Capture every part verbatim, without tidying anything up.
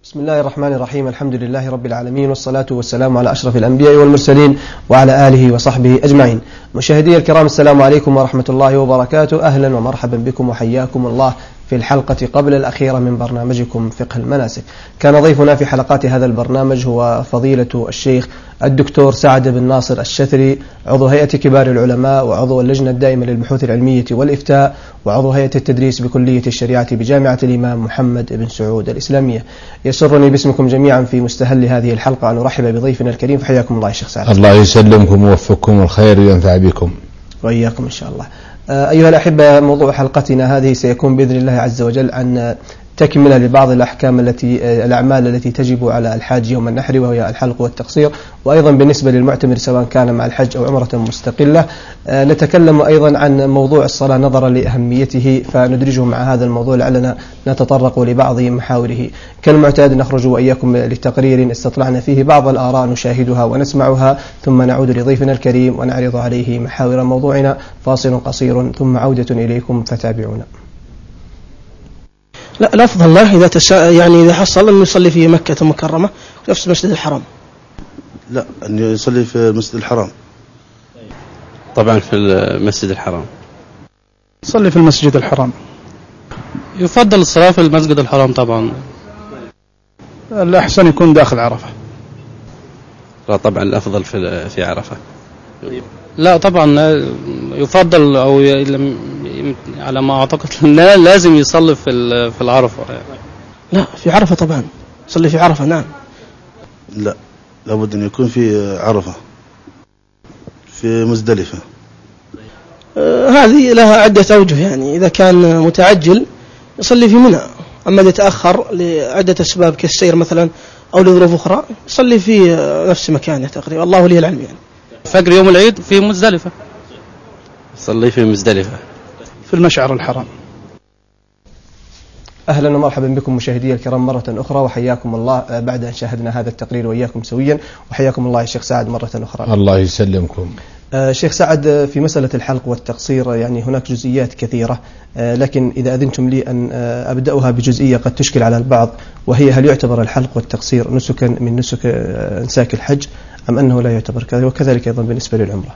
بسم الله الرحمن الرحيم. الحمد لله رب العالمين، والصلاة والسلام على أشرف الأنبياء والمرسلين وعلى آله وصحبه أجمعين. مشاهدي الكرام، السلام عليكم ورحمة الله وبركاته. أهلا ومرحبا بكم وحياكم الله في الحلقة قبل الأخيرة من برنامجكم فقه المناسك. كان ضيفنا في حلقات هذا البرنامج هو فضيلة الشيخ الدكتور سعد بن ناصر الشثري، عضو هيئة كبار العلماء وعضو اللجنة الدائمة للبحوث العلمية والإفتاء وعضو هيئة التدريس بكلية الشريعة بجامعة الإمام محمد بن سعود الإسلامية. يسرني باسمكم جميعا في مستهل هذه الحلقة أن أرحب بضيفنا الكريم. فحياكم الله شيخ سعد. الله يسلمكم ووفقكم الخير وينفع بكم وإياكم إن شاء الله. أيها الأحبة، موضوع حلقتنا هذه سيكون بإذن الله عز وجل عن تكملة لبعض الأحكام التي الأعمال التي تجب على الحاج يوم النحر، وهي الحلق والتقصير، وأيضا بالنسبة للمعتمر سواء كان مع الحج أو عمرة مستقلة. نتكلم أيضا عن موضوع الصلاة نظرا لأهميته، فندرجه مع هذا الموضوع لعلنا نتطرق لبعض محاوره. كالمعتاد نخرج وإياكم لتقرير استطلعنا فيه بعض الآراء نشاهدها ونسمعها، ثم نعود لضيفنا الكريم ونعرض عليه محاور موضوعنا. فاصل قصير ثم عودة إليكم فتابعونا. لا الأفضل له إذا تسا... يعني إذا حصل أن يصلي في مكة المكرمة نفس المسجد الحرام. لا، أن يصلي في المسجد الحرام. طبعا في المسجد الحرام. يصلي في المسجد الحرام. يفضل الصلاة في المسجد الحرام طبعا. الأحسن يكون داخل عرفة. لا طبعا الأفضل في في عرفة. لا طبعا يفضل أو ي... على ما أعتقد لازم يصلي في في العرفة. لا في عرفة طبعا، يصلي في عرفة. نعم. لا، لابد أن يكون في عرفة في مزدلفة. آه هذه لها عدة أوجه، يعني إذا كان متعجل يصلي في منى، أما إذا تأخر لعدة أسباب كالسير مثلا أو لظروف أخرى يصلي في نفس مكانه تقريبا. الله ولي العلم. يعني فجر يوم العيد في مزدلفة، يصلي في مزدلفة في المشعر الحرام. أهلا ومرحبا بكم مشاهدي الكرام مرة أخرى، وحياكم الله بعد أن شاهدنا هذا التقرير وإياكم سويا. وحياكم الله الشيخ سعد مرة أخرى. الله يسلمكم. آه شيخ سعد، في مسألة الحلق والتقصير يعني هناك جزئيات كثيرة، آه لكن إذا أذنتم لي أن آه أبدأها بجزئية قد تشكل على البعض، وهي هل يعتبر الحلق والتقصير نسكا من نسك آه انساك الحج أم أنه لا يعتبر كذلك، وكذلك أيضا بالنسبة للعمرة؟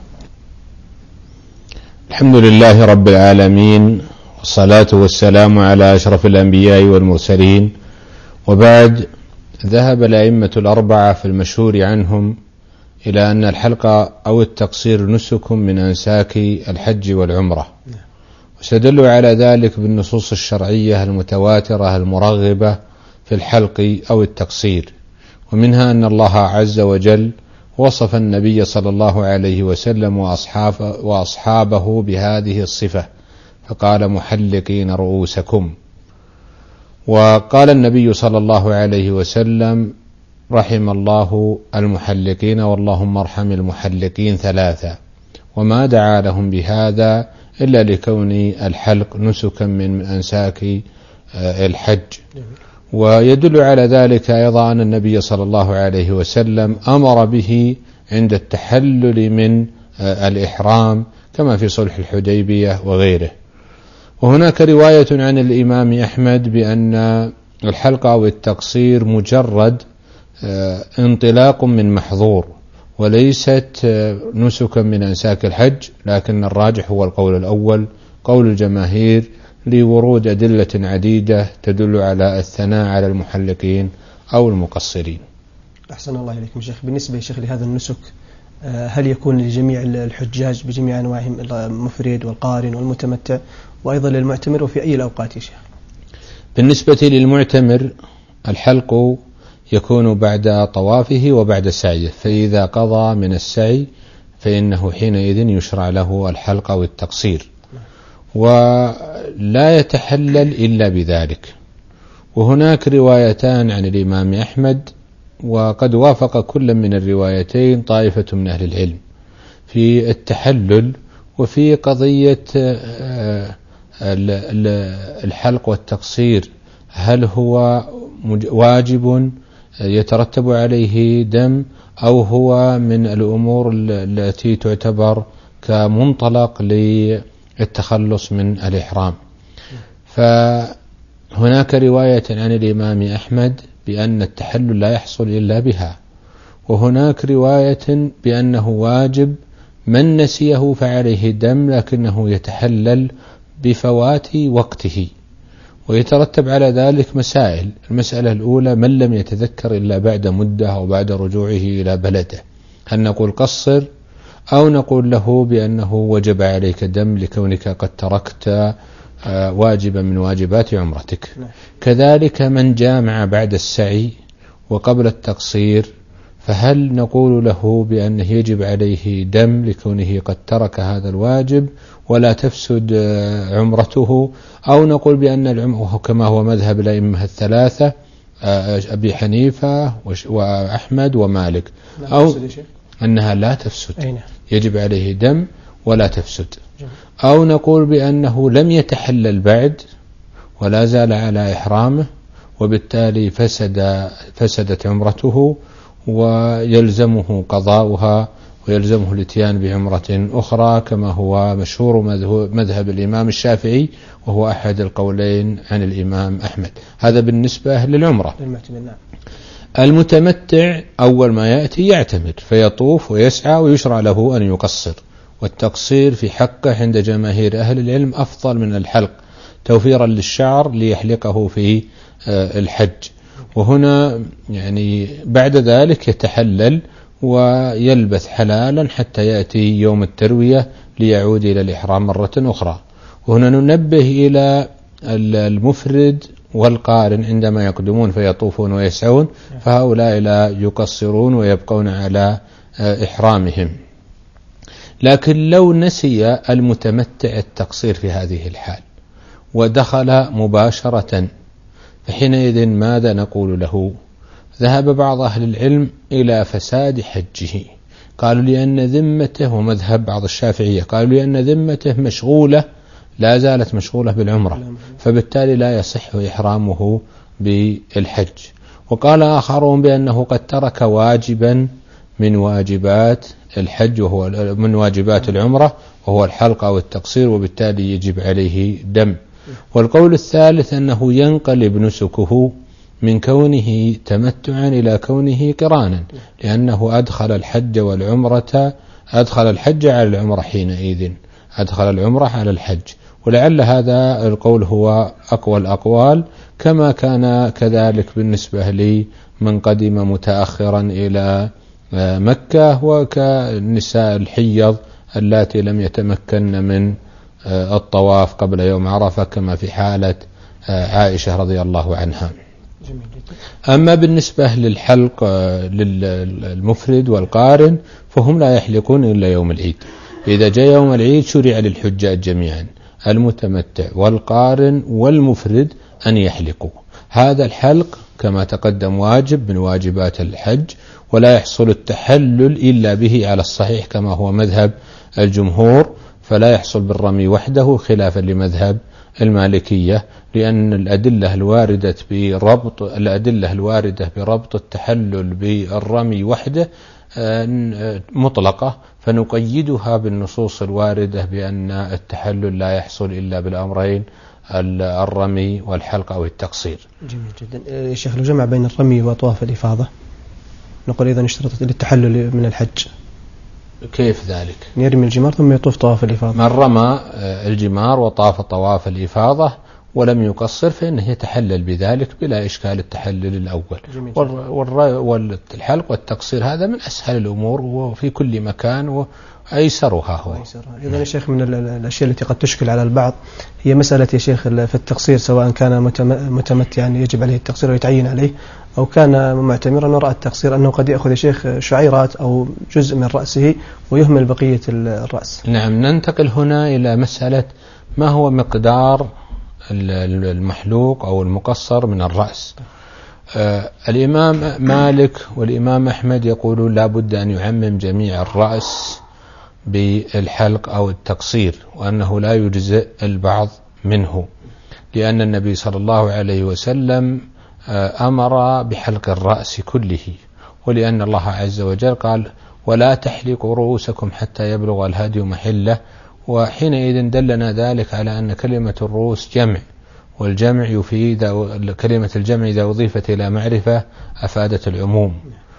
الحمد لله رب العالمين، والصلاة والسلام على أشرف الأنبياء والمرسلين، وبعد. ذهب الأئمة الأربعة في المشهور عنهم إلى أن الحلق أو التقصير نسك من أنساك الحج والعمرة، واستدلوا على ذلك بالنصوص الشرعية المتواترة المرغبة في الحلق أو التقصير، ومنها أن الله عز وجل وصف النبي صلى الله عليه وسلم وأصحابه, وأصحابه بهذه الصفة، فقال محلقين رؤوسكم. وقال النبي صلى الله عليه وسلم رحم الله المحلقين واللهم ارحم المحلقين ثلاثة، وما دعا لهم بهذا إلا لكون الحلق نسكا من أنساك الحج. ويدل على ذلك أيضا أن النبي صلى الله عليه وسلم أمر به عند التحلل من الإحرام كما في صلح الحديبية وغيره. وهناك رواية عن الإمام أحمد بأن الحلق أو التقصير مجرد انطلاق من محظور وليست نسكا من أنساك الحج، لكن الراجح هو القول الأول قول الجماهير لورود أدلة عديدة تدل على الثناء على المحلقين أو المقصرين. أحسن الله إليكم شيخ. بالنسبة يا شيخ لهذا النسك، هل يكون لجميع الحجاج بجميع أنواعهم، المفرد والقارن والمتمتع، وأيضا للمعتمر، وفي أي الأوقات يا شيخ؟ بالنسبة للمعتمر الحلق يكون بعد طوافه وبعد سعيه، فإذا قضى من السعي فإنه حينئذ يشرع له الحلق أو التقصير، ولا يتحلل إلا بذلك. وهناك روايتان عن الإمام أحمد، وقد وافق كل من الروايتين طائفة من أهل العلم في التحلل وفي قضية الحلق والتقصير، هل هو واجب يترتب عليه دم أو هو من الأمور التي تعتبر كمنطلق للتخلص من الإحرام. فهناك رواية عن الإمام أحمد بأن التحلل لا يحصل إلا بها، وهناك رواية بأنه واجب من نسيه فعليه دم لكنه يتحلل بفوات وقته، ويترتب على ذلك مسائل. المسألة الأولى: من لم يتذكر إلا بعد مدة أو بعد رجوعه إلى بلده، هل نقول قصر أو نقول له بأنه وجب عليك دم لكونك قد تركت واجبا من واجبات عمرتك؟ كذلك من جامع بعد السعي وقبل التقصير، فهل نقول له بأنه يجب عليه دم لكونه قد ترك هذا الواجب ولا تفسد عمرته، أو نقول بأن العمرة كما هو مذهب الأئمة الثلاثة أبي حنيفة وأحمد ومالك، أو أنها لا تفسد يجب عليه دم ولا تفسد، أو نقول بأنه لم يتحلل بعد ولا زال على إحرامه وبالتالي فسد فسدت عمرته ويلزمه قضاؤها ويلزمه الاتيان بعمرة أخرى كما هو مشهور مذهب الإمام الشافعي وهو أحد القولين عن الإمام أحمد. هذا بالنسبة للعمرة. المتمتع أول ما يأتي يعتمر فيطوف ويسعى ويشرع له أن يقصر، والتقصير في حقه عند جماهير أهل العلم أفضل من الحلق توفيرا للشعر ليحلقه في الحج. وهنا يعني بعد ذلك يتحلل ويلبث حلالا حتى يأتي يوم التروية ليعود إلى الإحرام مرة أخرى. وهنا ننبه إلى المفرد والقارن عندما يقدمون فيطوفون ويسعون، فهؤلاء لا يقصرون ويبقون على إحرامهم. لكن لو نسي المتمتع التقصير في هذه الحال ودخل مباشرة، فحينئذ ماذا نقول له؟ ذهب بعض أهل العلم إلى فساد حجه، قالوا لأن ذمته، ومذهب بعض الشافعية قالوا لأن ذمته مشغولة لا زالت مشغولة بالعمرة، فبالتالي لا يصح إحرامه بالحج. وقال آخرون بأنه قد ترك واجبا من واجبات الحج وهو من واجبات العمرة وهو الحلق أو التقصير، وبالتالي يجب عليه دم. والقول الثالث أنه ينقلب نسكه من كونه تمتعا إلى كونه قرانا، لأنه أدخل الحج والعمرة أدخل الحج على العمرة، حينئذ أدخل العمرة على الحج. ولعل هذا القول هو أقوى الأقوال، كما كان كذلك بالنسبة لي من قدم متأخرا إلى مكة وكنساء الحيض اللاتي لم يتمكن من الطواف قبل يوم عرفة كما في حالة عائشة رضي الله عنها. أما بالنسبة للحلق للمفرد والقارن فهم لا يحلقون إلا يوم العيد. إذا جاء يوم العيد شرع للحجاج جميعا المتمتع والقارن والمفرد أن يحلقوا. هذا الحلق كما تقدم واجب من واجبات الحج، ولا يحصل التحلل إلا به على الصحيح كما هو مذهب الجمهور، فلا يحصل بالرمي وحده خلافا لمذهب المالكية، لأن الأدلة الواردة بربط الأدلة الواردة بربط التحلل بالرمي وحده مطلقة، فنقيدها بالنصوص الواردة بأن التحلل لا يحصل إلا بالأمرين الرمي والحلق أو التقصير. جميل جدا يا شيخ. لو جمع بين الرمي وطواف الإفاضة نقول إذا اشترطت للتحلل من الحج، كيف ذلك؟ يرمي الجمار ثم يطوف طواف الإفاضة. من رمى الجمار وطاف طواف الإفاضة ولم يقصر فإنه يتحلل بذلك بلا إشكال التحلل الأول. والحلق والتقصير هذا من أسهل الأمور وفي كل مكان وأيسرها هو. إذن يا شيخ من الأشياء التي قد تشكل على البعض هي مسألة يا شيخ في التقصير، سواء كان متمتعا يعني يجب عليه التقصير ويتعين عليه، أو كان معتمرا ورأى التقصير أنه قد يأخذ يا شيخ شعيرات أو جزء من رأسه ويهمل بقية الرأس. نعم. ننتقل هنا إلى مسألة ما هو مقدار المحلوق أو المقصر من الرأس. آه الإمام مالك والإمام أحمد يقولون لا بد أن يعمم جميع الرأس بالحلق أو التقصير، وأنه لا يجزئ البعض منه، لأن النبي صلى الله عليه وسلم آه أمر بحلق الرأس كله، ولأن الله عز وجل قال ولا تحلقوا رؤوسكم حتى يبلغ الهدي محله، وحينئذ دلنا ذلك على أن كلمة الرؤوس جمع، والجمع يفيد، كلمة الجمع إذا أضيفت إلى معرفة أفادت العموم،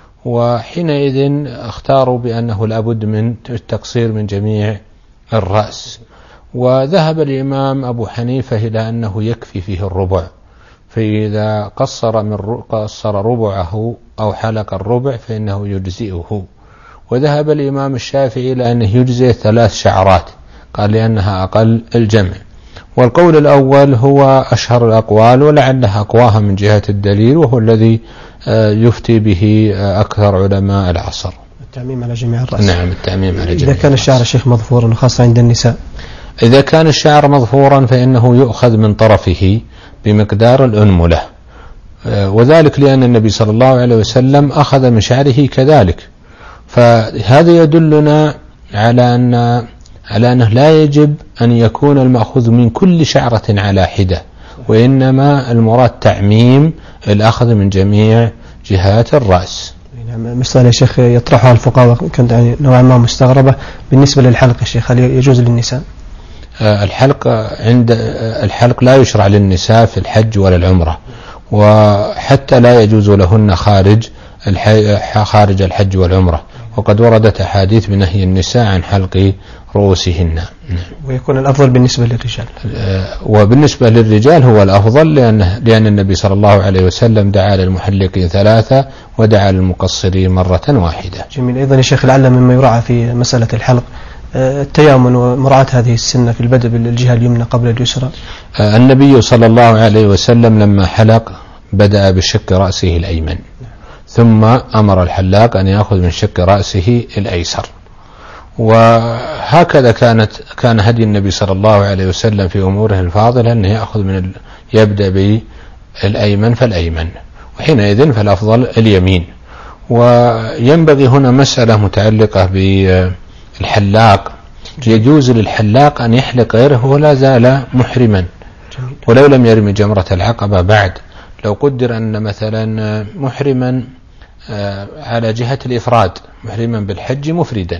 وحينئذ اختاروا بأنه لابد من التقصير من جميع الرأس. وذهب الإمام أبو حنيفة إلى أنه يكفي فيه الربع، فإذا قصر من قصر ربعه أو حلق الربع فإنه يجزئه. وذهب الإمام الشافعي إلى أنه يجزئ ثلاث شعرات، قال لأنها أقل الجمع. والقول الأول هو أشهر الأقوال ولعلها أقواها من جهة الدليل، وهو الذي يفتي به أكثر علماء العصر. التعميم على جميع الرأس. نعم، التعميم على جميع. إذا كان الشعر الشيخ مظفورا وخاصة عند النساء، إذا كان الشعر مظفورا فإنه يؤخذ من طرفه بمقدار الأنملة، وذلك لأن النبي صلى الله عليه وسلم أخذ من شعره كذلك. فهذا يدلنا على أن على أنه لا يجب أن يكون المأخوذ من كل شعرة على حدة، وإنما المراد تعميم الأخذ من جميع جهات الرأس. مسألة يا شيخ يطرحها الفقهاء كانت يعني نوعا ما مستغربة بالنسبة للحلق يا شيخ، هل يجوز للنساء؟ الحلق عند الحلق لا يشرع للنساء في الحج ولا العمرة، وحتى لا يجوز لهن خارج خارج الحج والعمرة، وقد وردت أحاديث بنهي النساء عن حلق رؤوسهن. ويكون الأفضل بالنسبة للرجال. وبالنسبة للرجال هو الأفضل، لأن لأن النبي صلى الله عليه وسلم دعا للمحلقين ثلاثة ودعا للمقصرين مرة واحدة. جميل. أيضا يا شيخ لعل مما يراعى في مسألة الحلق التيامن ومراعاة هذه السنة في البدء بالجهة اليمنى قبل اليسرى. النبي صلى الله عليه وسلم لما حلق بدأ بشق رأسه الأيمن، ثم أمر الحلاق أن يأخذ من شق رأسه الأيسر. وهكذا كانت كان هدي النبي صلى الله عليه وسلم في أموره الفاضلة أنه يأخذ من ال... يبدأ بالأيمن فالأيمن، وحينئذ فالأفضل اليمين. وينبغي هنا مسألة متعلقة بالحلاق، يجوز للحلاق أن يحلق غيره ولا زال محرما ولو لم يرمي جمرة العقبة بعد. لو قدر أن مثلا محرما على جهة الإفراد، محرما بالحج مفردا،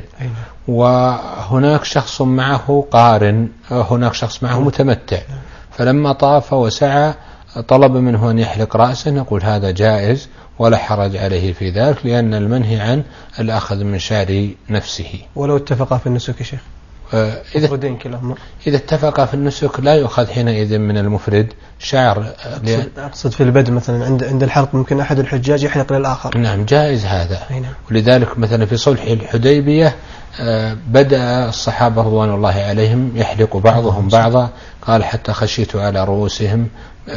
وهناك شخص معه قارن، هناك شخص معه متمتع، فلما طاف وسعى طلب منه أن يحلق رأسه، نقول هذا جائز ولا حرج عليه في ذلك، لأن المنهي عن الأخذ من شعر نفسه. ولو اتفقا في النسك يا شيخ؟ إذا, إذا اتفق في النسك لا يؤخذ حينئذ من المفرد شعر. أقصد, أقصد في البدء مثلا عند عند الحلق ممكن أحد الحجاج يحلق للآخر. نعم جائز هذا. ولذلك مثلا في صلح الحديبية بدأ الصحابة رضوان الله عليهم يحلق بعضهم بعضا، قال حتى خشيت على رؤوسهم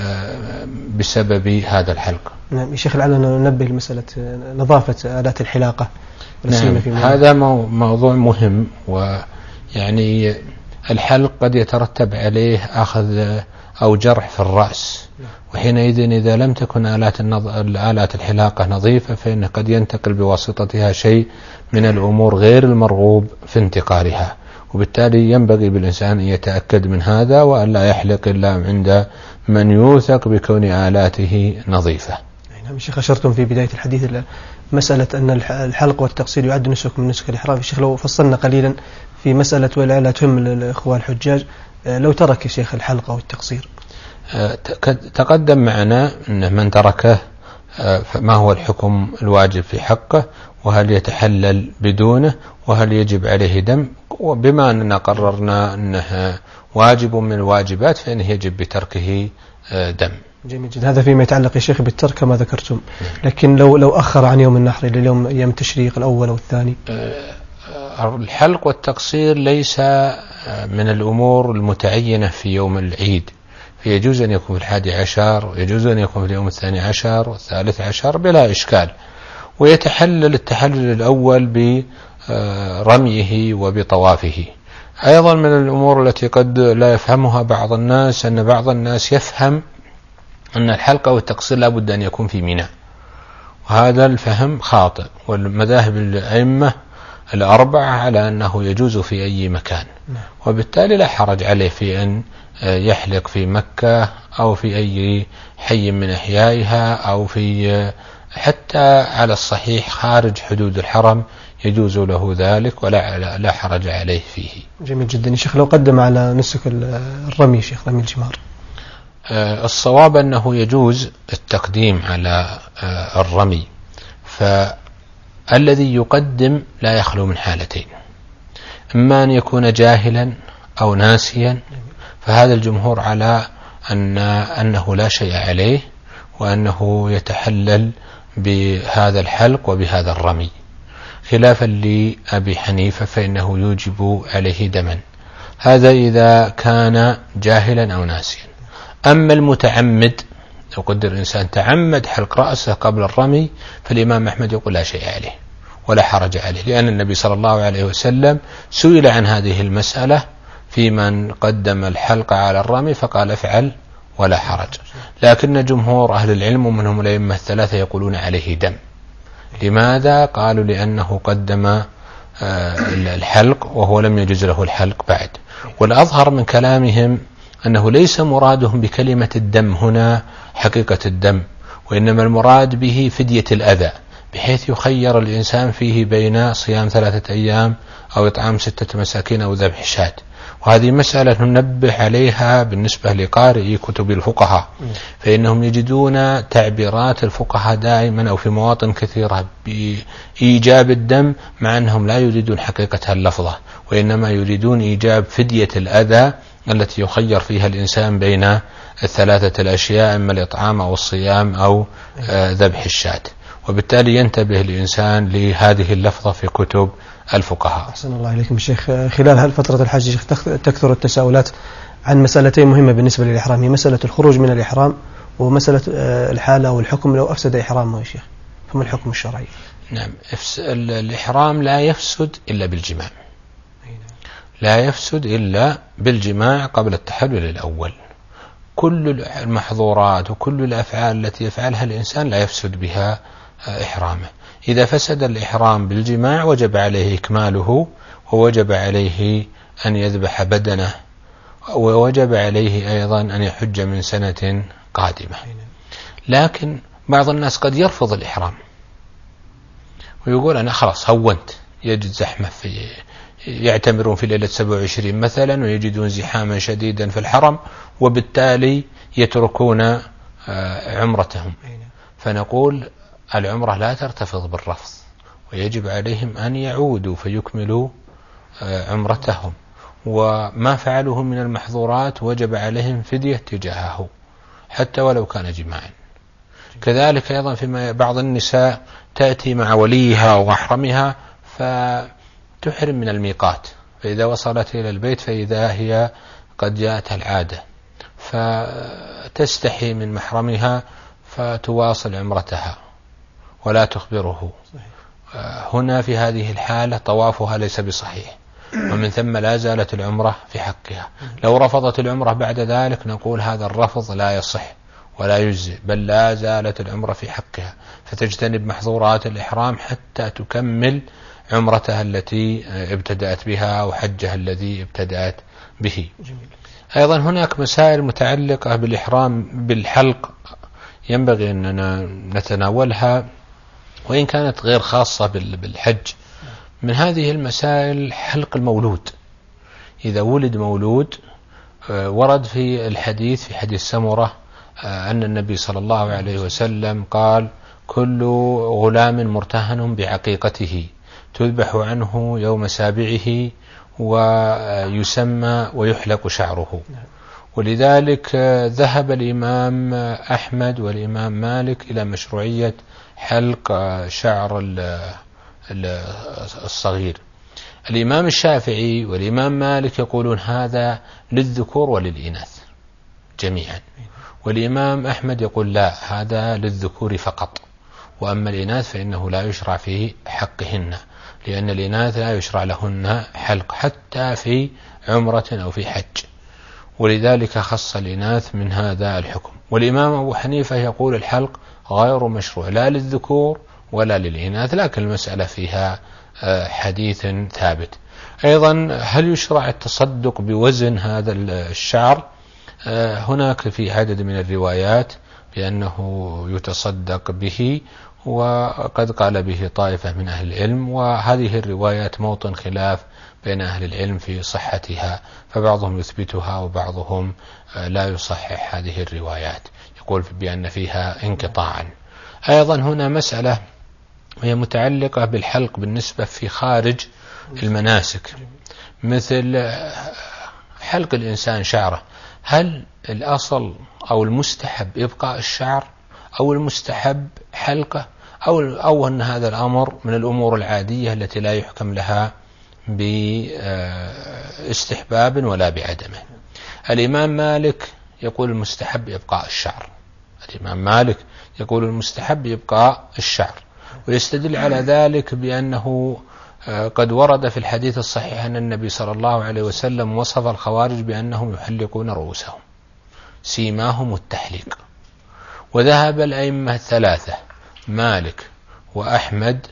بسبب هذا الحلق. نعم يا شيخ لعلنا ننبه لمسألة نظافة آلات الحلاقة. نعم هذا موضوع مهم، ويعني الحلق قد يترتب عليه أخذ أو جرح في الرأس، وحينئذ إذا لم تكن آلات, آلات الحلاقة نظيفة فإن قد ينتقل بواسطتها شيء من الأمور غير المرغوب في انتقالها، وبالتالي ينبغي بالإنسان أن يتأكد من هذا وأن لا يحلق إلا عند من يوثق بكون آلاته نظيفة. نعم شيخ أشرتم في بداية الحديث مسألة أن الحلق والتقصير يعد نسك من نسك الإحرام. الشيخ لو فصلنا قليلا في مسألة ولا لا تهم الإخوة الحجاج لو ترك يا شيخ الحلق أو التقصير؟ تقدم معنا أن من تركه فما هو الحكم الواجب في حقه، وهل يتحلل بدونه، وهل يجب عليه دم. وبما أننا قررنا أنه واجب من الواجبات فإنه يجب بتركه دم. جميل جدا. هذا فيما يتعلق يا شيخ بالترك كما ذكرتم، لكن لو لو أخر عن يوم النحر إلى يوم أيام التشريق الأول أو الثاني. الحلق والتقصير ليس من الأمور المتعينة في يوم العيد، فيجوز أن يكون في الحادي عشر، ويجوز أن يكون في اليوم الثاني عشر والثالث عشر بلا إشكال. ويتحلل التحلل الأول برميه وبطوافه. أيضا من الأمور التي قد لا يفهمها بعض الناس أن بعض الناس يفهم أن الحلق والتقصير لا بد أن يكون في منى، وهذا الفهم خاطئ. والمذاهب الأئمة الأربعة على أنه يجوز في أي مكان، وبالتالي لا حرج عليه في أن يحلق في مكة أو في أي حي من أحيائها، أو في حتى على الصحيح خارج حدود الحرم يجوز له ذلك ولا لا حرج عليه فيه. جميل جدا. يا شيخ لو قدم على نسك الرمي شيخ رمي الجمار؟ الصواب أنه يجوز التقديم على الرمي، فالذي يقدم لا يخلو من حالتين: إما أن يكون جاهلا أو ناسيا، فهذا الجمهور على أن أنه لا شيء عليه وأنه يتحلل بهذا الحلق وبهذا الرمي، خلافا لأبي حنيفة فإنه يوجب عليه دما. هذا إذا كان جاهلا أو ناسيا. أما المتعمد، لو قدر إنسان تعمد حلق رأسه قبل الرمي، فالإمام أحمد يقول لا شيء عليه ولا حرج عليه، لأن النبي صلى الله عليه وسلم سئل عن هذه المسألة في من قدم الحلق على الرمي فقال افعل ولا حرج. لكن جمهور أهل العلم ومنهم الأئمة الثلاثة يقولون عليه دم. لماذا؟ قالوا لأنه قدم الحلق وهو لم يجوز له الحلق بعد. والأظهر من كلامهم أنه ليس مرادهم بكلمة الدم هنا حقيقة الدم، وإنما المراد به فدية الأذى، بحيث يخير الإنسان فيه بين صيام ثلاثة أيام أو إطعام ستة مساكين أو ذبح شاة. وهذه مسألة ننبه عليها بالنسبة لقارئي كتب الفقهاء، فإنهم يجدون تعبيرات الفقهاء دائما أو في مواطن كثيرة بإيجاب الدم، مع أنهم لا يريدون حقيقة اللفظة، وإنما يريدون إيجاب فدية الأذى التي يخير فيها الإنسان بين الثلاثة الأشياء، إما الإطعام أو الصيام أو ذبح الشاة. وبالتالي ينتبه الإنسان لهذه اللفظة في كتب الفقهاء. أحسن الله إليكم شيخ. خلال هالفترة الحج تكثر التساؤلات عن مسألتين مهمة بالنسبة للإحرام، هي مسألة الخروج من الإحرام ومسألة الحالة والحكم لو أفسد إحرامه يا شيخ، فما الحكم الشرعي؟ نعم، الإحرام لا يفسد إلا بالجماع، لا يفسد إلا بالجماع قبل التحلل الأول. كل المحظورات وكل الأفعال التي يفعلها الإنسان لا يفسد بها إحرامه. إذا فسد الإحرام بالجماع وجب عليه إكماله، ووجب عليه أن يذبح بدنه، ووجب عليه أيضا أن يحج من سنة قادمة. لكن بعض الناس قد يرفض الإحرام ويقول أنا خلاص هونت، يجد زحمة في يعتمرون في ليلة سبعة وعشرين مثلا ويجدون زحاما شديدا في الحرم، وبالتالي يتركون عمرتهم. فنقول العمرة لا ترتفض بالرفض، ويجب عليهم أن يعودوا فيكملوا عمرتهم، وما فعلوه من المحظورات وجب عليهم فدية تجاهه حتى ولو كان جماعا. كذلك أيضا في بعض النساء تأتي مع وليها ومحرمها فتحرم من الميقات، فإذا وصلت إلى البيت فإذا هي قد جاءتها العادة فتستحي من محرمها فتواصل عمرتها ولا تخبره. هنا في هذه الحالة طوافها ليس بصحيح، ومن ثم لا زالت العمرة في حقها. لو رفضت العمرة بعد ذلك نقول هذا الرفض لا يصح ولا يجزئ، بل لا زالت العمرة في حقها، فتجتنب محظورات الإحرام حتى تكمل عمرتها التي ابتدأت بها وحجها الذي ابتدأت به. أيضا هناك مسائل متعلقة بالإحرام بالحلق ينبغي أننا نتناولها، وإن كانت غير خاصة بالحج. من هذه المسائل حلق المولود. إذا ولد مولود ورد في الحديث في حديث سمرة أن النبي صلى الله عليه وسلم قال كل غلام مرتهن بعقيقته تذبح عنه يوم سابعه ويسمى ويحلق شعره. ولذلك ذهب الإمام أحمد والإمام مالك إلى مشروعية حلق شعر الصغير. الإمام الشافعي والإمام مالك يقولون هذا للذكور وللإناث جميعا، والإمام أحمد يقول لا، هذا للذكور فقط، وأما الإناث فإنه لا يشرع في حقهن، لأن الإناث لا يشرع لهن حلق حتى في عمرة أو في حج، ولذلك خص الإناث من هذا الحكم. والإمام أبو حنيفة يقول الحلق غير مشروع لا للذكور ولا للإناث، لكن المسألة فيها حديث ثابت. أيضا هل يشرع التصدق بوزن هذا الشعر؟ هناك في عدد من الروايات بأنه يتصدق به، وقد قال به طائفة من أهل العلم، وهذه الروايات موطن خلاف بين أهل العلم في صحتها، فبعضهم يثبتها وبعضهم لا يصحح هذه الروايات، يقول بأن فيها انقطاعا. أيضا هنا مسألة هي متعلقة بالحلق بالنسبة في خارج المناسك، مثل حلق الإنسان شعره، هل الأصل أو المستحب إبقاء الشعر أو المستحب حلقه أو, أو أن هذا الأمر من الأمور العادية التي لا يحكم لها باستحباب ولا بعدمه؟ الإمام مالك يقول المستحب إبقاء الشعر، الإمام مالك يقول المستحب إبقاء الشعر، ويستدل على ذلك بأنه قد ورد في الحديث الصحيح أن النبي صلى الله عليه وسلم وصف الخوارج بأنهم يحلقون رؤوسهم سيماهم التحليق. وذهب الأئمة الثلاثة مالك وأحمد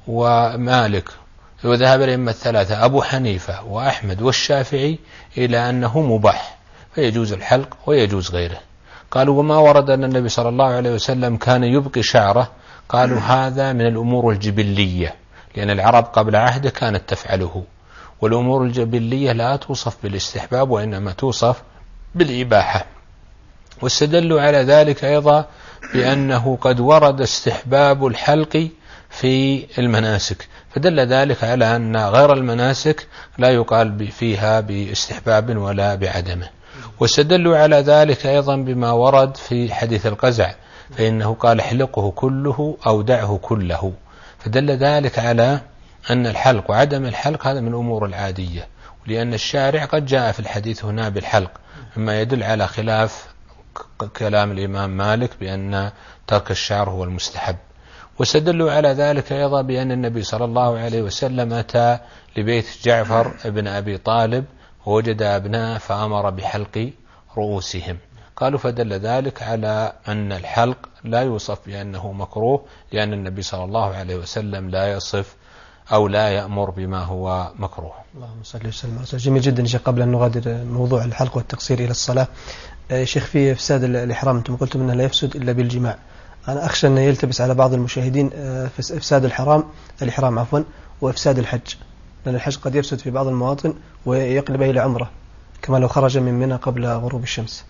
ومالك وذهب الأئمة الثلاثة أبو حنيفة وأحمد والشافعي إلى أنه مباح، فيجوز الحلق ويجوز غيره. قالوا وما ورد أن النبي صلى الله عليه وسلم كان يبقي شعره، قالوا هذا من الأمور الجبلية، لأن العرب قبل عهده كانت تفعله، والأمور الجبلية لا توصف بالاستحباب وإنما توصف بالإباحة. واستدلوا على ذلك أيضا بأنه قد ورد استحباب الحلق في المناسك، فدل ذلك على أن غير المناسك لا يقال فيها باستحباب ولا بعدمه. واستدلوا على ذلك أيضا بما ورد في حديث القزع، فإنه قال احلقه كله أو دعه كله، فدل ذلك على أن الحلق وعدم الحلق هذا من الأمور العادية، ولأن الشارع قد جاء في الحديث هنا بالحلق، مما يدل على خلاف كلام الإمام مالك بأن ترك الشعر هو المستحب. واستدلوا على ذلك أيضا بأن النبي صلى الله عليه وسلم أتى لبيت جعفر بن أبي طالب ووجد أبناء فأمر بحلق رؤوسهم، قالوا فدل ذلك على أن الحلق لا يوصف بأنه مكروه، لأن النبي صلى الله عليه وسلم لا يصف أو لا يأمر بما هو مكروه. اللهم صل وسلم. جميل جدا شيخ. قبل أن نغادر موضوع الحلق والتقصير إلى الصلاة، شيخ في إفساد الإحرام أنتم قلتم أنه لا يفسد إلا بالجماع، أنا أخشى أن يلتبس على بعض المشاهدين إفساد الحرام الإحرام عفوا وإفساد الحج، لأن الحج قد يفسد في بعض المواطن ويقلب إلى عمره كما لو خرج من منى قبل غروب الشمس.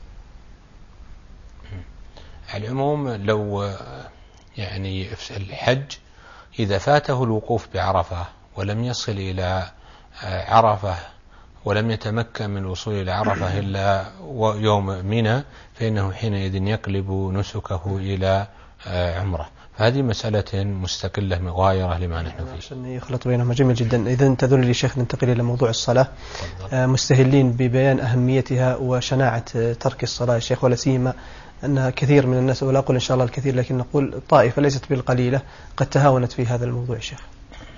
على العموم لو يعني الحج إذا فاته الوقوف بعرفة ولم يصل إلى عرفة ولم يتمكن من الوصول إلى عرفة إلا يوم منى، فإنه حينئذ يقلب نسكه إلى عمره، فهذه مسألة مستقلة مغايرة لما نحن فيه عشان يخلط بينهما. جميل جدا. إذن تذل لي شيخ ننتقل إلى موضوع الصلاة، مستهلين ببيان أهميتها وشناعة ترك الصلاة يا شيخ، ولا سيما أن كثير من الناس، ولا أقول إن شاء الله الكثير لكن نقول طائفة ليست بالقليلة قد تهاونت في هذا الموضوع يا شيخ.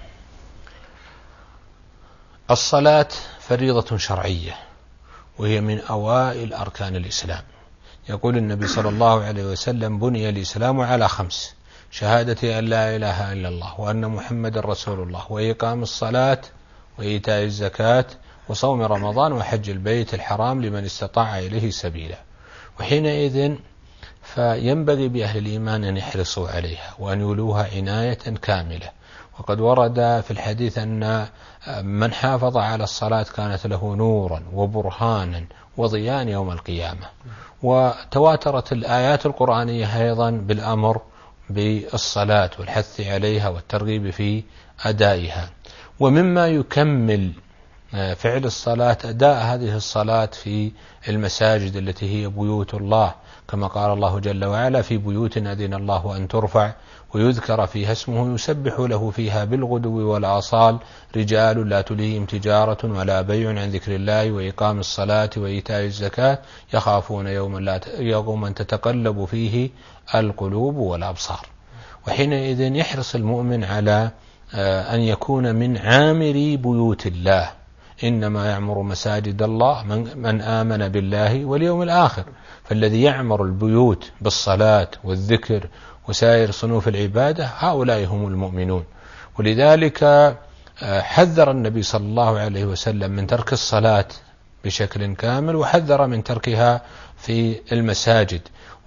الصلاة فريضة شرعية وهي من أوائل أركان الإسلام، يقول النبي صلى الله عليه وسلم بني الإسلام على خمس: شهادة أن لا إله إلا الله وأن محمد رسول الله وإقام الصلاة وإيتاء الزكاة وصوم رمضان وحج البيت الحرام لمن استطاع إليه سبيلا. وحينئذ فينبغي بأهل الإيمان أن يحرصوا عليها وأن يولوها عناية كاملة. وقد ورد في الحديث أن من حافظ على الصلاة كانت له نورا وبرهانا وضياء يوم القيامة. وتواترت الآيات القرآنية أيضا بالأمر بالصلاة والحث عليها والترغيب في أدائها. ومما يكمل فعل الصلاة أداء هذه الصلاة في المساجد التي هي بيوت الله، كما قال الله جل وعلا: في بيوت أذن الله أن ترفع ويذكر فيها اسمه يسبح له فيها بالغدو والآصال رجال لا تلهيهم تجارة ولا بيع عن ذكر الله وإقام الصلاة وإيتاء الزكاة يخافون يوما لا يوما تتقلب فيه القلوب والأبصار. وحينئذ يحرص المؤمن على أن يكون من عامري بيوت الله، إنما يعمر مساجد الله من, من آمن بالله واليوم الآخر. فالذي يعمر البيوت بالصلاة والذكر وسائر صنوف العبادة هؤلاء هم المؤمنون. ولذلك حذر النبي صلى الله عليه وسلم من ترك الصلاة بشكل كامل، وحذر من تركها في المساجد.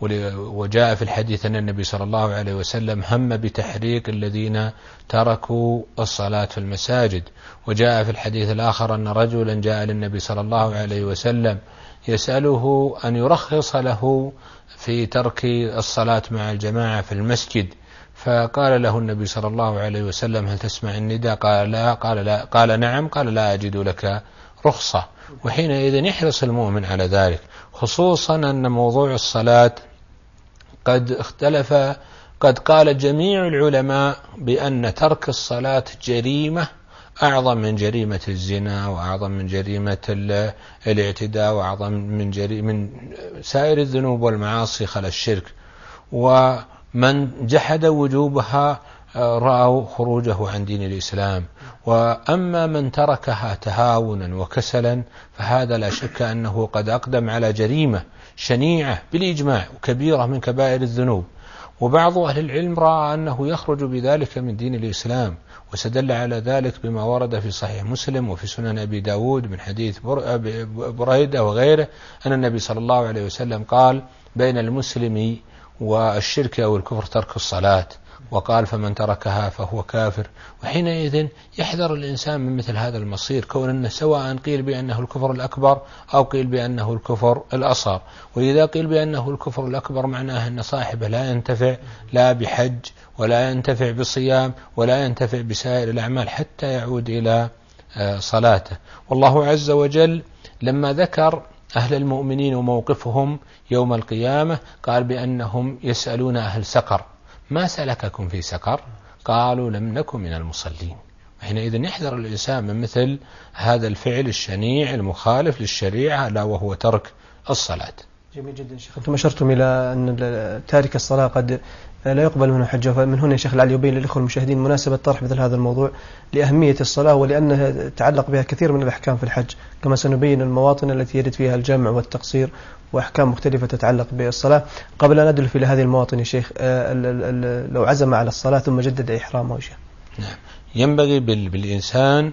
وجاء في الحديث أن النبي صلى الله عليه وسلم هم بتحريق الذين تركوا الصلاة في المساجد. وجاء في الحديث الآخر أن رجلا جاء للنبي صلى الله عليه وسلم يسأله أن يرخص له في ترك الصلاة مع الجماعة في المسجد، فقال له النبي صلى الله عليه وسلم هل تسمع النداء؟ قال لا. قال لا. قال نعم. قال لا أجد لك رخصة. وحينئذ يحرص المؤمن على ذلك، خصوصا أن موضوع الصلاة قد اختلف. قد قال جميع العلماء بأن ترك الصلاة جريمة أعظم من جريمة الزنا، وأعظم من جريمة الاعتداء، وأعظم من جريمة من سائر الذنوب والمعاصي خلا الشرك. ومن جحد وجوبها رأوا خروجه عن دين الإسلام. وأما من تركها تهاونا وكسلا فهذا لا شك أنه قد أقدم على جريمة شنيعة بالإجماع وكبيرة من كبائر الذنوب. وبعض أهل العلم رأى أنه يخرج بذلك من دين الإسلام، وسدل على ذلك بما ورد في صحيح مسلم وفي سنن أبي داود من حديث بريدة وغيره أن النبي صلى الله عليه وسلم قال بين المسلم والشرك أو الكفر ترك الصلاة، وقال فمن تركها فهو كافر. وحينئذ يحذر الإنسان من مثل هذا المصير، كون أنه سواء قيل بأنه الكفر الأكبر أو قيل بأنه الكفر الأصغر. وإذا قيل بأنه الكفر الأكبر معناه أن صاحبه لا ينتفع لا بحج ولا ينتفع بصيام ولا ينتفع بسائر الأعمال حتى يعود إلى صلاته. والله عز وجل لما ذكر أهل المؤمنين وموقفهم يوم القيامة قال بأنهم يسألون أهل سقر ما سلككم في سقر؟ قالوا لم نكن من المصلين. حينئذ يحذر الإنسان من مثل هذا الفعل الشنيع المخالف للشريعة لا وهو ترك الصلاة. جميل جدا شيخ. أنتم أشرتم إلى أن تارك الصلاة قد لا يقبل منه حجة، فمن هنا شيخ العلي يبين للإخوة المشاهدين مناسبة طرح مثل هذا الموضوع لأهمية الصلاة ولأنها تعلق بها كثير من الأحكام في الحج، كما سنبين المواطن التي يرد فيها الجمع والتقصير وأحكام مختلفة تتعلق بالصلاة. قبل أن ندخل إلى هذه المواطن يا شيخ، لو عزم على الصلاة ثم جدد إحرامه شيخ. نعم. ينبغي بالإنسان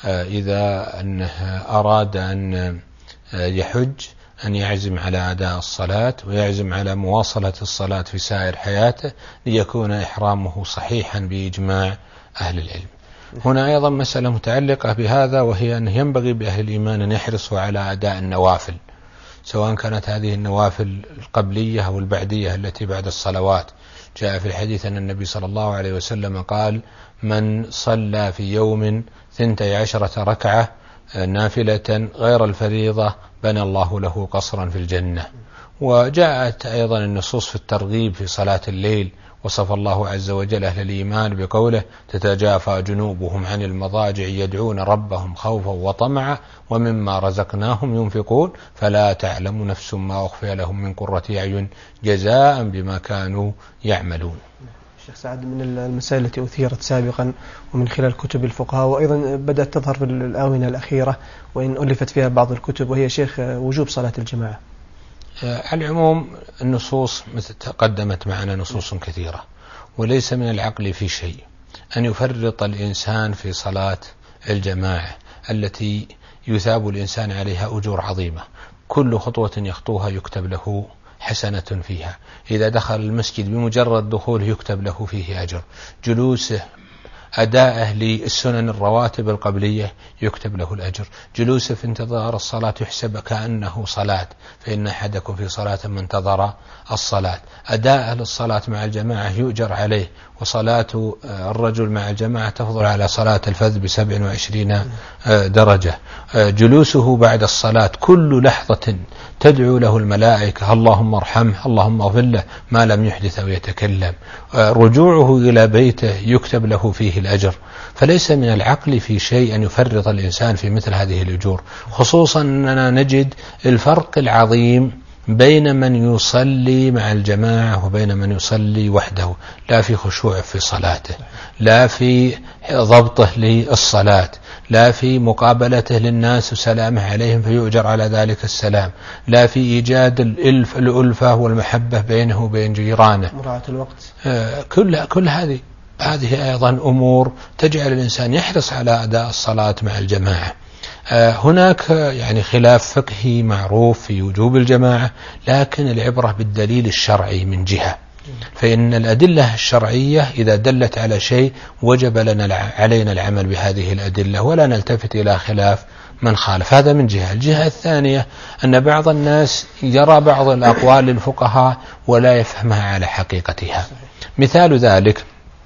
إذا أنه أراد أن يحج أن يعزم على أداء الصلاة ويعزم على مواصلة الصلاة في سائر حياته ليكون إحرامه صحيحا بإجماع أهل العلم. هنا أيضا مسألة متعلقة بهذا، وهي أنه ينبغي بأهل الإيمان أن يحرصوا على أداء النوافل، سواء كانت هذه النوافل القبلية أو البعدية التي بعد الصلوات. جاء في الحديث أن النبي صلى الله عليه وسلم قال من صلى في يوم ثنتي عشرة ركعة نافلة غير الفريضة بنى الله له قصرا في الجنة. وجاءت أيضا النصوص في الترغيب في صلاة الليل، وصف الله عز وجل أهل الإيمان بقوله تتجافى جنوبهم عن المضاجع يدعون ربهم خوفا وطمعا ومما رزقناهم ينفقون فلا تعلم نفس ما أخفي لهم من قرة أعين جزاء بما كانوا يعملون. شيخ سعد، من المسائل التي أثيرت سابقا ومن خلال كتب الفقهاء وأيضا بدأت تظهر في الآونة الأخيرة وإن ألفت فيها بعض الكتب، وهي شيخ وجوب صلاة الجماعة. على العموم النصوص تقدمت معنا نصوص كثيرة، وليس من العقل في شيء أن يفرط الإنسان في صلاة الجماعة التي يثاب الإنسان عليها أجور عظيمة. كل خطوة يخطوها يكتب له حسنة فيها، إذا دخل المسجد بمجرد دخوله يكتب له فيه أجر، جلوسه أداءه للسنن الرواتب القبلية يكتب له الأجر، جلوسه في انتظار الصلاة يحسب كأنه صلاة، فإن أحدكم في صلاة من انتظر الصلاة، أداءه للصلاة مع الجماعة يؤجر عليه، وصلاة الرجل مع الجماعة تفضل على صلاة الفذ بسبع وعشرين درجة، جلوسه بعد الصلاة كل لحظة تدعو له الملائكة اللهم ارحمه اللهم اغفر له ما لم يحدث أو يتكلم، رجوعه إلى بيته يكتب له فيه الأجر. فليس من العقل في شيء أن يفرط الإنسان في مثل هذه الأجور، خصوصا أننا نجد الفرق العظيم بين من يصلي مع الجماعة وبين من يصلي وحده، لا في خشوع في صلاته، لا في ضبطه للصلاة، لا في مقابلته للناس وسلامه عليهم فيؤجر على ذلك السلام، لا في إيجاد الألف الألفة والمحبة بينه وبين جيرانه، مراعاة الوقت. آه كل كل هذه هذه أيضا أمور تجعل الإنسان يحرص على أداء الصلاة مع الجماعة. هناك يعني خلاف فقهي معروف في وجوب الجماعة، لكن العبرة بالدليل الشرعي من جهة، فإن الأدلة الشرعية إذا دلت على شيء وجب لنا علينا العمل بهذه الأدلة ولا نلتفت إلى خلاف من خالف. هذا من جهة. الجهة الثانية أن بعض الناس يرى بعض الأقوال للفقهاء ولا يفهمها على حقيقتها. مثال ذلك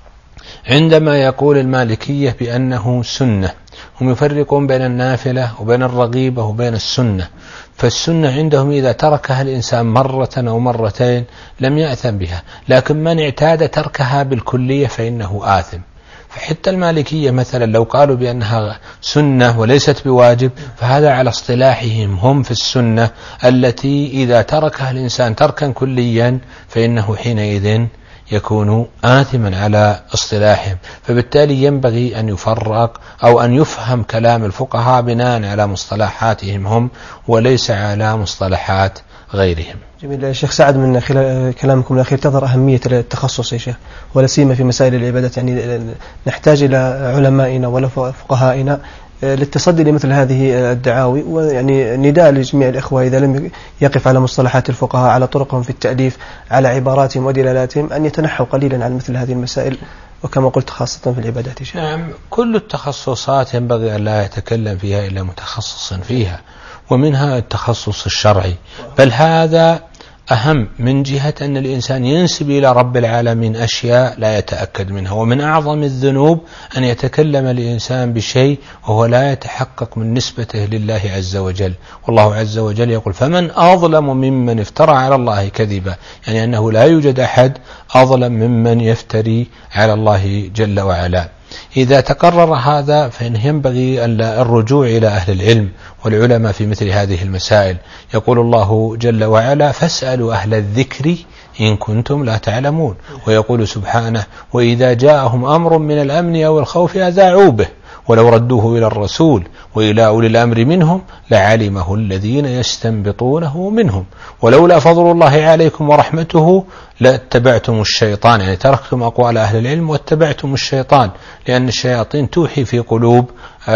عندما يقول المالكية بأنه سنة، هم يفرقون بين النافلة وبين الرغيبة وبين السنة، فالسنة عندهم إذا تركها الإنسان مرة أو مرتين لم يأثم بها، لكن من اعتاد تركها بالكلية فإنه آثم. فحتى المالكية مثلا لو قالوا بأنها سنة وليست بواجب، فهذا على اصطلاحهم هم في السنة التي إذا تركها الإنسان تركا كليا فإنه حينئذ يكون آثما على اصطلاحهم. فبالتالي ينبغي أن يفرق أو أن يفهم كلام الفقهاء بناء على مصطلحاتهم هم وليس على مصطلحات غيرهم. جميل يا شيخ سعد، من خلال كلامكم الأخير تظهر أهمية التخصص يا شيخ، ولا سيما في مسائل العبادات. يعني نحتاج إلى علمائنا ولا فقهائنا للتصدي لمثل هذه الدعاوي، ويعني نداء لجميع الإخوة إذا لم يقف على مصطلحات الفقهاء، على طرقهم في التأليف، على عباراتهم ودلالاتهم، أن يتنحوا قليلا عن مثل هذه المسائل، وكما قلت خاصة في العبادات. نعم، كل التخصصات ينبغي أن لا يتكلم فيها إلا متخصص فيها، ومنها التخصص الشرعي، بل هذا أهم من جهة أن الإنسان ينسب إلى رب العالمين أشياء لا يتأكد منها. ومن أعظم الذنوب أن يتكلم الإنسان بشيء وهو لا يتحقق من نسبته لله عز وجل، والله عز وجل يقول فمن أظلم ممن افترى على الله كذبا، يعني أنه لا يوجد أحد أظلم ممن يفتري على الله جل وعلا. إذا تقرر هذا فإن ينبغي الرجوع إلى أهل العلم والعلماء في مثل هذه المسائل. يقول الله جل وعلا فاسألوا أهل الذكر إن كنتم لا تعلمون، ويقول سبحانه وإذا جاءهم أمر من الأمن أو الخوف أذاعوا به ولو ردوه إلى الرسول وإلى أولي الأمر منهم لعلمه الذين يستنبطونه منهم ولولا فضل الله عليكم ورحمته لاتبعتم الشيطان، يعني تركتم أقوال أهل العلم واتبعتم الشيطان، لأن الشياطين توحي في قلوب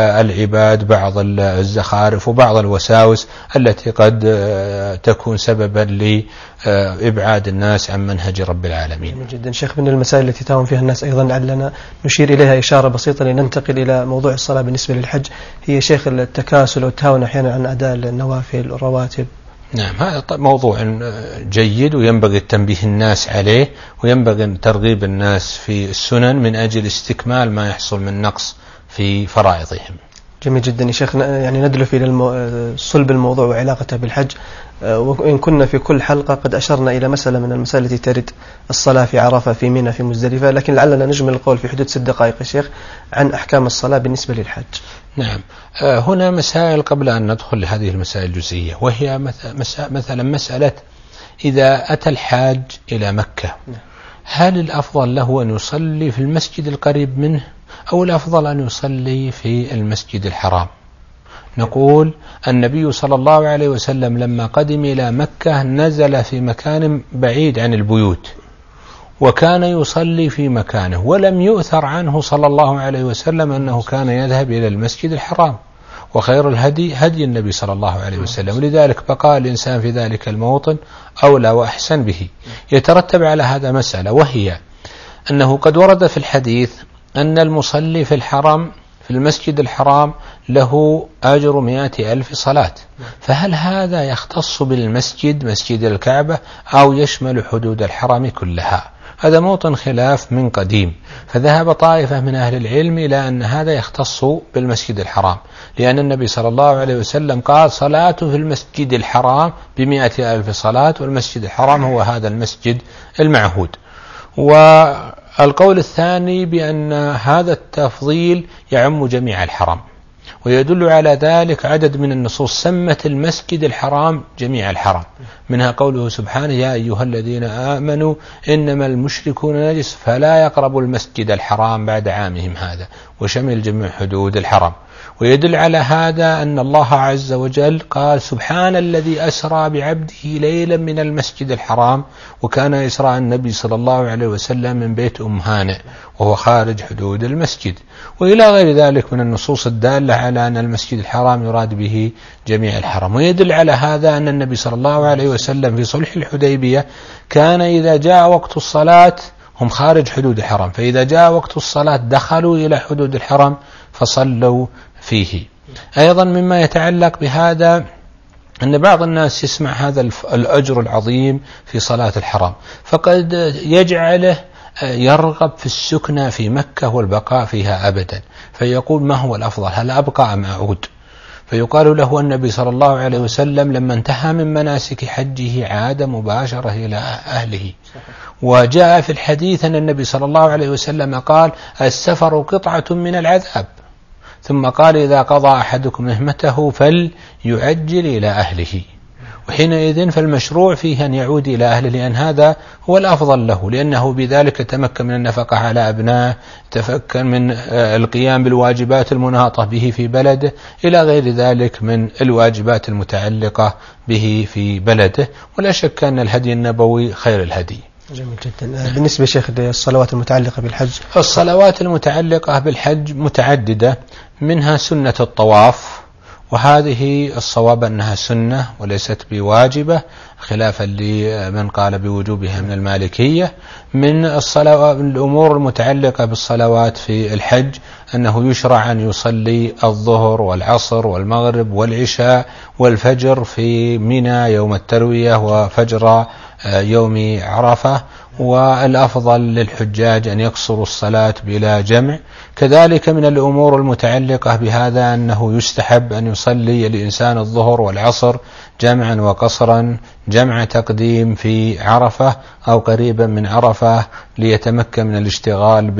العباد بعض الزخارف وبعض الوساوس التي قد تكون سببا لإبعاد الناس عن منهج رب العالمين. جدا شيخ، من المسائل التي تهون فيها الناس أيضا لعلنا نشير إليها إشارة بسيطة لننتقل إلى موضوع الصلاة بالنسبة للحج، هي شيخ التكاسل والتهاون أحيانا عن أداء النوافل والرواتب. نعم، هذا موضوع جيد وينبغي التنبيه الناس عليه، وينبغي ترغيب الناس في السنن من أجل استكمال ما يحصل من نقص في فرائضهم. جميل جدا يا شيخ، يعني ندلف إلى صلب الموضوع وعلاقته بالحج، وإن كنا في كل حلقة قد أشرنا إلى مسألة من المسائل التي ترد الصلاة في عرفة في منى في مزدلفة، لكن لعلنا نجمل القول في حدود ست دقائق يا شيخ عن أحكام الصلاة بالنسبة للحج. نعم، هنا مسائل قبل أن ندخل لهذه المسائل الجزئية، وهي مثلا مسألة إذا أتى الحاج إلى مكة هل الأفضل له أن يصلي في المسجد القريب منه أو الأفضل أن يصلي في المسجد الحرام؟ نقول النبي صلى الله عليه وسلم لما قدم إلى مكة نزل في مكان بعيد عن البيوت، وكان يصلي في مكانه، ولم يؤثر عنه صلى الله عليه وسلم أنه كان يذهب إلى المسجد الحرام، وخير الهدي هدي النبي صلى الله عليه وسلم، ولذلك بقى الإنسان في ذلك الموطن أولى وأحسن به. يترتب على هذا مسألة، وهي أنه قد ورد في الحديث أن المصلي في الحرم في المسجد الحرام له أجر مئة ألف صلاة، فهل هذا يختص بالمسجد مسجد الكعبة أو يشمل حدود الحرم كلها؟ هذا موطن خلاف من قديم، فذهب طائفة من أهل العلم إلى أن هذا يختص بالمسجد الحرام، لأن النبي صلى الله عليه وسلم قال صلاة في المسجد الحرام بمئة ألف صلاة، والمسجد الحرام هو هذا المسجد المعهود. والقول الثاني بأن هذا التفضيل يعم جميع الحرم، ويدل على ذلك عدد من النصوص سمت المسجد الحرام جميع الحرم، منها قوله سبحانه يا أيها الذين آمنوا إنما المشركون نجس فلا يقربوا المسجد الحرام بعد عامهم هذا، وشمل جميع حدود الحرم. ويدل على هذا أن الله عز وجل قال سبحان الذي أسرى بعبده ليلا من المسجد الحرام، وكان إسراء النبي صلى الله عليه وسلم من بيت أم هانئ وهو خارج حدود المسجد، وإلى غير ذلك من النصوص الدالة على أن المسجد الحرام يراد به جميع الحرم. ويدل على هذا أن النبي صلى الله عليه وسلم في صلح الحديبية كان إذا جاء وقت الصلاة هم خارج حدود الحرم، فإذا جاء وقت الصلاة دخلوا إلى حدود الحرم فصلوا فيه. أيضا مما يتعلق بهذا أن بعض الناس يسمع هذا الأجر العظيم في صلاة الحرم فقد يجعله يرغب في السكنى في مكة والبقاء فيها أبدا، فيقول ما هو الأفضل، هل أبقى أم أعود؟ فيقال له النبي صلى الله عليه وسلم لما انتهى من مناسك حجه عاد مباشرة إلى أهله. وجاء في الحديث أن النبي صلى الله عليه وسلم قال السفر قطعة من العذاب، ثم قال إذا قضى أحدكم مهمته فليعجل إلى أهله. وحينئذ فالمشروع فيه أن يعود إلى أهله، لأن هذا هو الأفضل له، لأنه بذلك تمكن من النفقة على أبنائه، تمكن من القيام بالواجبات المناطة به في بلده، إلى غير ذلك من الواجبات المتعلقة به في بلده. ولا شك أن الهدي النبوي خير الهدي. جميل جدا. بالنسبة شيخ للصلوات المتعلقة بالحج، الصلوات المتعلقة بالحج متعددة، منها سنة الطواف، وهذه الصواب أنها سنة وليست بواجبة خلافا لمن قال بوجوبها من المالكية. من الصلوات الأمور المتعلقة بالصلوات في الحج أنه يشرع أن يصلي الظهر والعصر والمغرب والعشاء والفجر في منى يوم التروية وفجر يوم عرفة، والأفضل للحجاج أن يقصروا الصلاة بلا جمع. كذلك من الأمور المتعلقة بهذا أنه يستحب أن يصلي الإنسان الظهر والعصر جمعا وقصرا، جمع تقديم في عرفة أو قريبا من عرفة ليتمكن من الاشتغال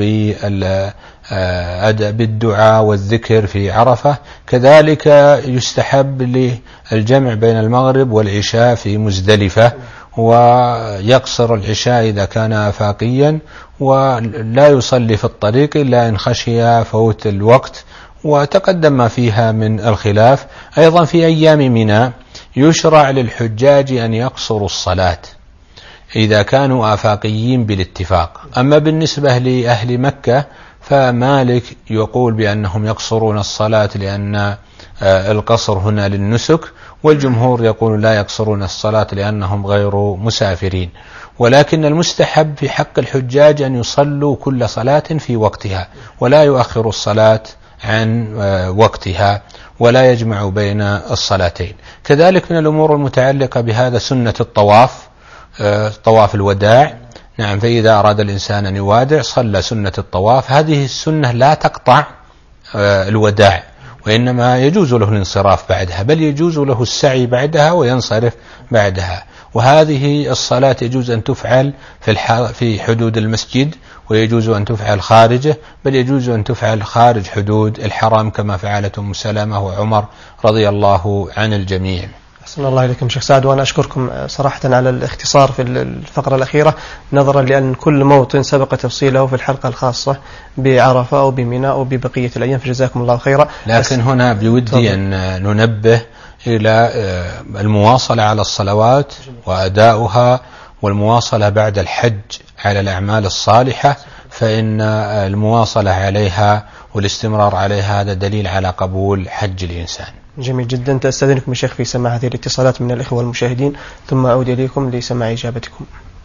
بالدعاء والذكر في عرفة. كذلك يستحب للجمع بين المغرب والعشاء في مزدلفة، ويقصر العشاء إذا كان آفاقيا، ولا يصلي في الطريق إلا إن خشي فوت الوقت، وتقدم ما فيها من الخلاف. أيضا في أيام منى يشرع للحجاج أن يقصروا الصلاة إذا كانوا آفاقيين بالاتفاق. أما بالنسبة لأهل مكة فمالك يقول بأنهم يقصرون الصلاة لأن القصر هنا للنسك، والجمهور يقول لا يقصرون الصلاة لأنهم غير مسافرين. ولكن المستحب في حق الحجاج أن يصلوا كل صلاة في وقتها، ولا يؤخروا الصلاة عن وقتها، ولا يجمع بين الصلاتين. كذلك من الأمور المتعلقة بهذا سنة الطواف، طواف الوداع. نعم، فإذا أراد الإنسان أن يوادع صلى سنة الطواف. هذه السنة لا تقطع الوداع، وإنما يجوز له الانصراف بعدها، بل يجوز له السعي بعدها وينصرف بعدها. وهذه الصلاة يجوز أن تفعل في في حدود المسجد، ويجوز أن تفعل خارجه، بل يجوز أن تفعل خارج حدود الحرم كما فعلت أم سلمة وعمر رضي الله عن الجميع. أحسن الله إليكم شيخ سعد، وأنا أشكركم صراحة على الاختصار في الفقرة الأخيرة، نظرا لأن كل موطن سبق تفصيله في الحلقة الخاصة بعرفة أو بمنى أو ببقية الأيام، فجزاكم الله خيرا. لكن هنا بودي أن ننبه إلى المواصلة على الصلوات وأداؤها، والمواصلة بعد الحج على الأعمال الصالحة، فإن المواصلة عليها والاستمرار عليها هذا دليل على قبول حج الإنسان. جميل جدا. تستأذنكم الشيخ في سماع هذه الاتصالات من الإخوة المشاهدين، ثم أعود إليكم لسماع إجابتكم.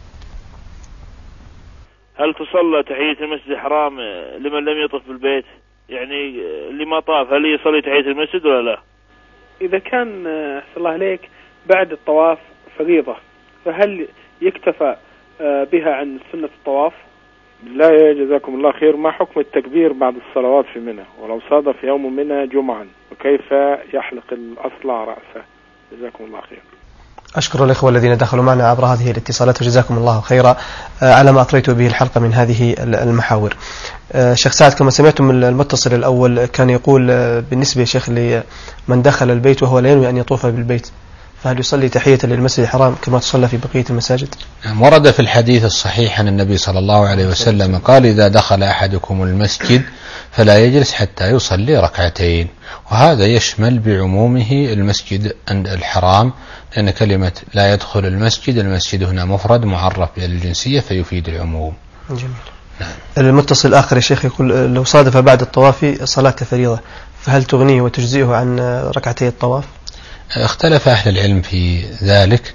هل تصلى تحية المسجد الحرام لمن لم يطف بالبيت؟ يعني اللي ما طاف هل يصلي تحية المسجد ولا لا؟ إذا كان أحسن الله عليك بعد الطواف فريضة، فهل يكتفى بها عن سنة الطواف؟ لا يا جزاكم الله خير. ما حكم التكبير بعد الصلوات في منى ولو صادف يوم منى جمعا، وكيف يحلق الأصلع رأسه؟ جزاكم الله خير. أشكر الإخوة الذين دخلوا معنا عبر هذه الاتصالات، وجزاكم الله خيرا على ما أطريت به الحلقة من هذه المحاور. شيخ سعد، كما سمعتم المتصل الأول كان يقول بالنسبة يا شيخ لمن دخل البيت وهو لا ينوي أن يطوف بالبيت، فهل يصلي تحية للمسجد الحرام كما تصلى في بقية المساجد؟ ورد في الحديث الصحيح عن النبي صلى الله عليه وسلم قال إذا دخل أحدكم المسجد فلا يجلس حتى يصلي ركعتين. وهذا يشمل بعمومه المسجد الحرام، لأن كلمة لا يدخل المسجد، المسجد هنا مفرد معرف بالجنسية فيفيد العموم. جميل. نعم. المتصل الآخر يا شيخ يقول لو صادف بعد الطواف صلاة فريضة فهل تغنيه وتجزئه عن ركعتي الطواف؟ اختلف أهل العلم في ذلك،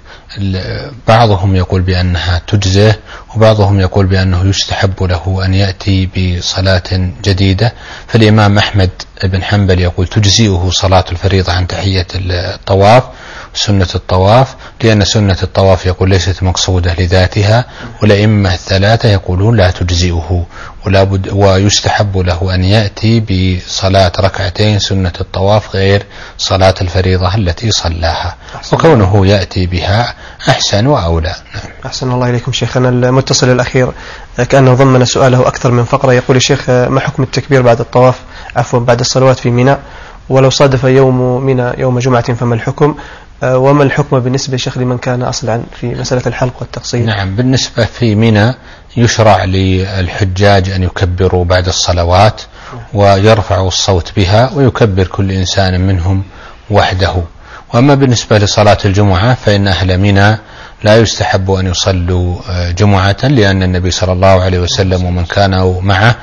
بعضهم يقول بأنها تجزئه، وبعضهم يقول بأنه يستحب له أن يأتي بصلاة جديدة. فالإمام أحمد بن حنبل يقول تجزئه صلاة الفريضة عن تحية الطواف سنة الطواف، لأن سنة الطواف يقول ليست مقصودة لذاتها، والأئمة الثلاثة يقولون لا تجزئه ولا بد ويستحب له أن يأتي بصلاة ركعتين سنة الطواف غير صلاة الفريضة التي صلاها، وكونه يأتي بها أحسن وأولى. أحسن الله إليكم شيخنا. المتصل الأخير كأنه ضمن سؤاله أكثر من فقرة، يقول الشيخ ما حكم التكبير بعد الطواف عفوا بعد الصلوات في منى، ولو صادف يوم منى يوم جمعة فما الحكم، وما الحكم بالنسبة شيخ لمن كان أصلا في مسألة الحلق والتقصير؟ نعم، بالنسبة في منى يشرع للحجاج أن يكبروا بعد الصلوات ويرفعوا الصوت بها، ويكبر كل إنسان منهم وحده. وأما بالنسبة لصلاة الجمعة فإن أهل منى لا يستحب أن يصلوا جمعة، لأن النبي صلى الله عليه وسلم ومن كانوا معه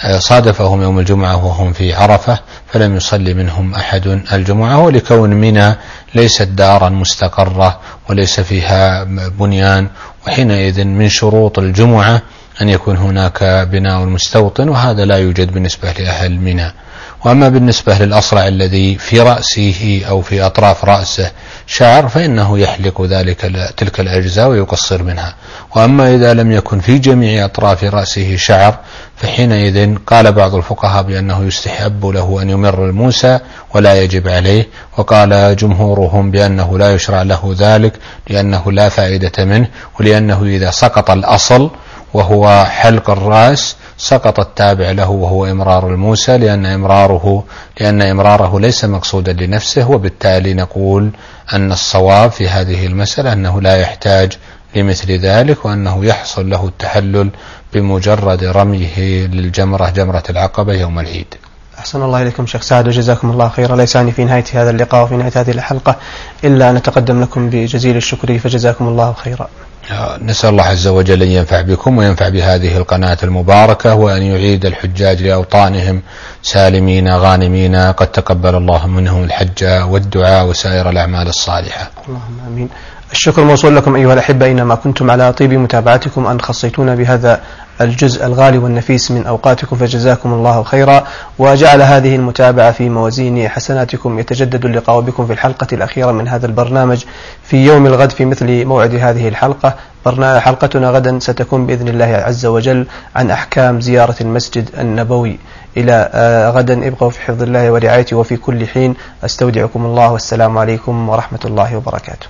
صادفهم يوم الجمعة وهم في عرفة فلم يصلي منهم أحد الجمعة، ولكون منى ليست دارا مستقرة وليس فيها بنيان، وحينئذ من شروط الجمعة أن يكون هناك بناء مستوطن، وهذا لا يوجد بالنسبة لأهل منى. وأما بالنسبة للأصلع الذي في رأسه أو في أطراف رأسه شعر فإنه يحلق ذلك تلك الأجزاء ويقصر منها. وأما إذا لم يكن في جميع أطراف رأسه شعر فحينئذ قال بعض الفقهاء بأنه يستحب له أن يمر الموسى ولا يجب عليه، وقال جمهورهم بأنه لا يشرع له ذلك لأنه لا فائدة منه، ولأنه إذا سقط الأصل وهو حلق الرأس سقط التابع له وهو إمرار الموسى، لأن إمراره لأن إمراره ليس مقصودا لنفسه. وبالتالي نقول أن الصواب في هذه المسألة أنه لا يحتاج لمثل ذلك، وأنه يحصل له التحلل بمجرد رميه للجمرة جمرة العقبة يوم العيد. أحسن الله إليكم شيخ سعد وجزاكم الله خيرا. ليس عني في نهاية هذا اللقاء وفي نهاية هذه الحلقة إلا أن أتقدم لكم بجزيل الشكر فجزاكم الله خيرا. نسأل الله عز وجل أن ينفع بكم وينفع بهذه القناة المباركة، وأن يعيد الحجاج لأوطانهم سالمين غانمين قد تقبل الله منهم الحج والدعاء وسائر الأعمال الصالحة. اللهم آمين. الشكر موصول لكم أيها الأحبة، إنما كنتم على طيب متابعتكم أن خصيتونا بهذا الجزء الغالي والنفيس من أوقاتكم، فجزاكم الله خيرا، وجعل هذه المتابعة في موازين حسناتكم. يتجدد اللقاء بكم في الحلقة الأخيرة من هذا البرنامج في يوم الغد في مثل موعد هذه الحلقة. حلقتنا غدا ستكون بإذن الله عز وجل عن أحكام زيارة المسجد النبوي. إلى غدا ابقوا في حفظ الله ورعايته وفي كل حين. أستودعكم الله والسلام عليكم ورحمة الله وبركاته.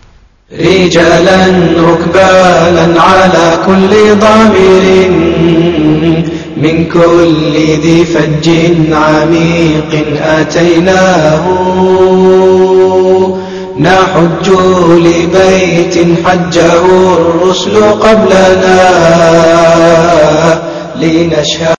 رجالا ركبانا على كل ضامر من كل ذي فج عميق أتيناه نحج لبيت حجه الرسل قبلنا لنشهد